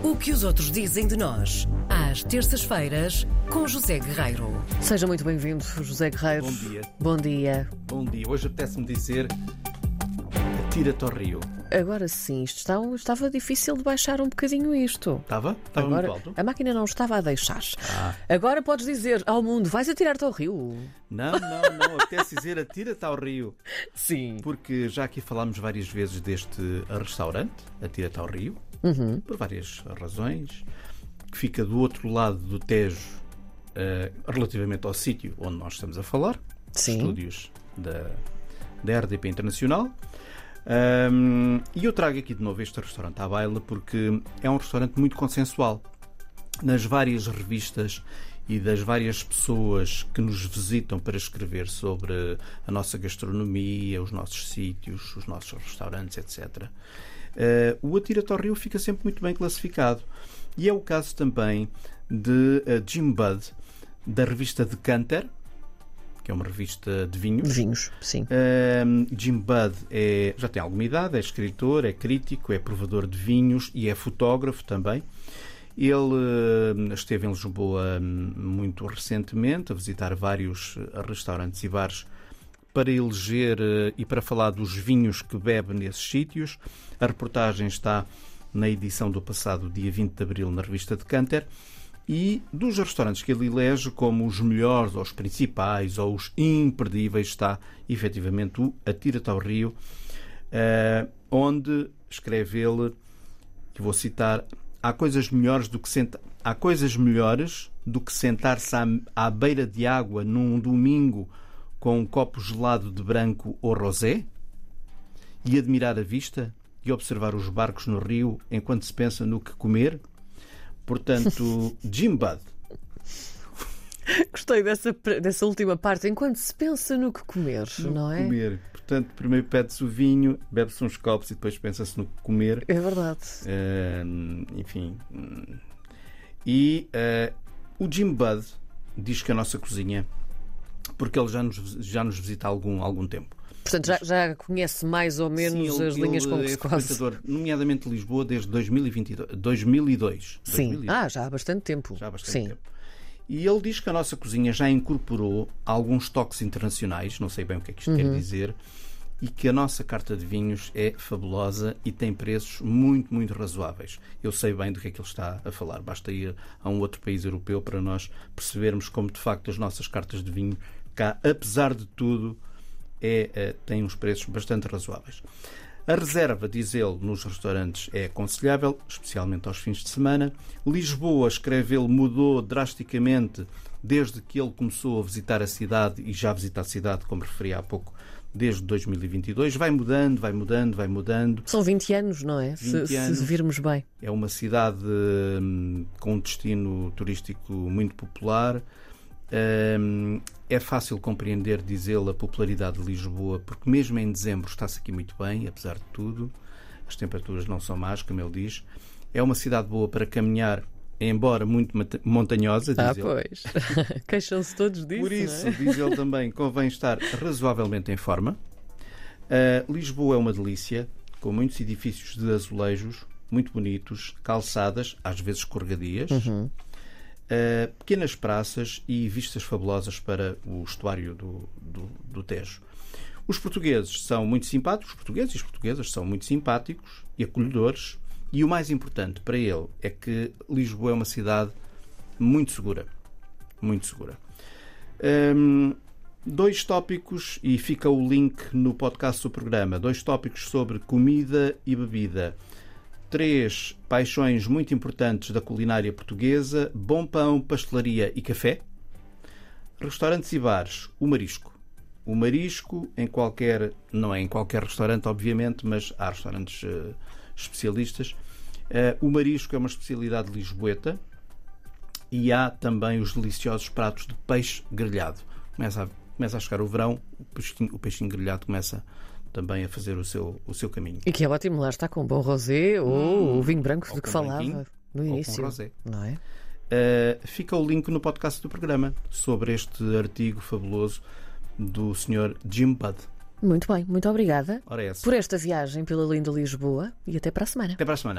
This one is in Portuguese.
O que os outros dizem de nós, às terças-feiras, com José Guerreiro. Seja muito bem-vindo, José Guerreiro. Bom dia. Bom dia. Bom dia. Hoje apetece-me dizer atira-te ao rio. Agora sim, estava difícil de baixar um bocadinho isto. Estava Agora, muito alto? a máquina não estava a deixar. Agora podes dizer ao mundo, vais atirar-te ao rio. Não. Apetece dizer atira-te ao rio. Sim. Porque já aqui falámos várias vezes deste restaurante, atira-te ao rio, por várias razões, que fica do outro lado do Tejo, relativamente ao sítio onde nós estamos a falar, Sim. estúdios da RDP Internacional. E eu trago aqui de novo este restaurante à baila porque é um restaurante muito consensual. Nas várias revistas e das várias pessoas que nos visitam para escrever sobre a nossa gastronomia, os nossos sítios, os nossos restaurantes, etc., o Atira-te ao Rio fica sempre muito bem classificado. E é o caso também de Jim Budd, da revista Decanter, que é uma revista de vinhos. De vinhos, sim. Jim Budd já tem alguma idade, é escritor, é crítico, é provador de vinhos e é fotógrafo também. Ele esteve em Lisboa muito recentemente a visitar vários restaurantes e bares para eleger e para falar dos vinhos que bebe nesses sítios. A reportagem está na edição do passado dia 20 de abril na revista Decanter. E dos restaurantes que ele elege como os melhores, ou os principais, ou os imperdíveis, está efetivamente o Atira-te ao Rio, onde escreve ele, e vou citar: há coisas melhores do que sentar-se à beira de água num domingo com um copo gelado de branco ou rosé e admirar a vista e observar os barcos no rio enquanto se pensa no que comer. Portanto, Jim Budd. Gostei dessa última parte, enquanto se pensa no que comer, não é? Comer. Portanto, primeiro pede-se o vinho, bebe-se uns copos e depois pensa-se no que comer. É verdade. Enfim. E o Jim Budd diz que a nossa cozinha, porque ele já nos visita há algum tempo. Portanto, já conhece mais ou menos. Sim, as linhas com que se quase. Nomeadamente Lisboa, desde 2002. Sim, 2002. Já há bastante tempo. Tempo. E ele diz que a nossa cozinha já incorporou alguns toques internacionais, não sei bem o que é que isto quer dizer, e que a nossa carta de vinhos é fabulosa e tem preços muito, muito razoáveis. Eu sei bem do que é que ele está a falar. Basta ir a um outro país europeu para nós percebermos como, de facto, as nossas cartas de vinho cá, apesar de tudo, tem uns preços bastante razoáveis. A reserva, diz ele, nos restaurantes é aconselhável, especialmente aos fins de semana. Lisboa, escreve ele, mudou drasticamente desde que ele começou a visitar a cidade, e já visita a cidade, como referi há pouco, desde 2022. Vai mudando. São 20 anos, não é? Se virmos bem. É uma cidade com um destino turístico muito popular. É fácil compreender, diz ele, a popularidade de Lisboa, porque mesmo em dezembro está-se aqui muito bem, apesar de tudo. As temperaturas não são más, como ele diz. É uma cidade boa para caminhar, embora muito montanhosa, diz ele. Pois. Queixam-se todos disso. Por isso, não é? diz ele também, convém estar razoavelmente em forma. Lisboa é uma delícia, com muitos edifícios de azulejos, muito bonitos, calçadas, às vezes escorregadias. Pequenas praças e vistas fabulosas para o estuário do Tejo. Os portugueses são muito simpáticos, os portugueses e as portuguesas são muito simpáticos e acolhedores, e o mais importante para ele é que Lisboa é uma cidade muito segura. Muito segura. Dois tópicos, e fica o link no podcast do programa, 2 tópicos sobre comida e bebida. 3 paixões muito importantes da culinária portuguesa: bom pão, pastelaria e café. Restaurantes e bares, o marisco. O marisco, não é em qualquer restaurante, obviamente, mas há restaurantes especialistas. O marisco é uma especialidade lisboeta e há também os deliciosos pratos de peixe grelhado. Começa a chegar o verão, o peixinho grelhado começa também a fazer o seu caminho. E que é ótimo, lá está, com bom rosé ou o vinho branco de que falava no início. Com rosé. Não é? Fica o link no podcast do programa sobre este artigo fabuloso do Sr. Jim Budd. Muito bem, muito obrigada Ora, é essa. por esta viagem pela linda Lisboa e até para a semana. Até para a semana.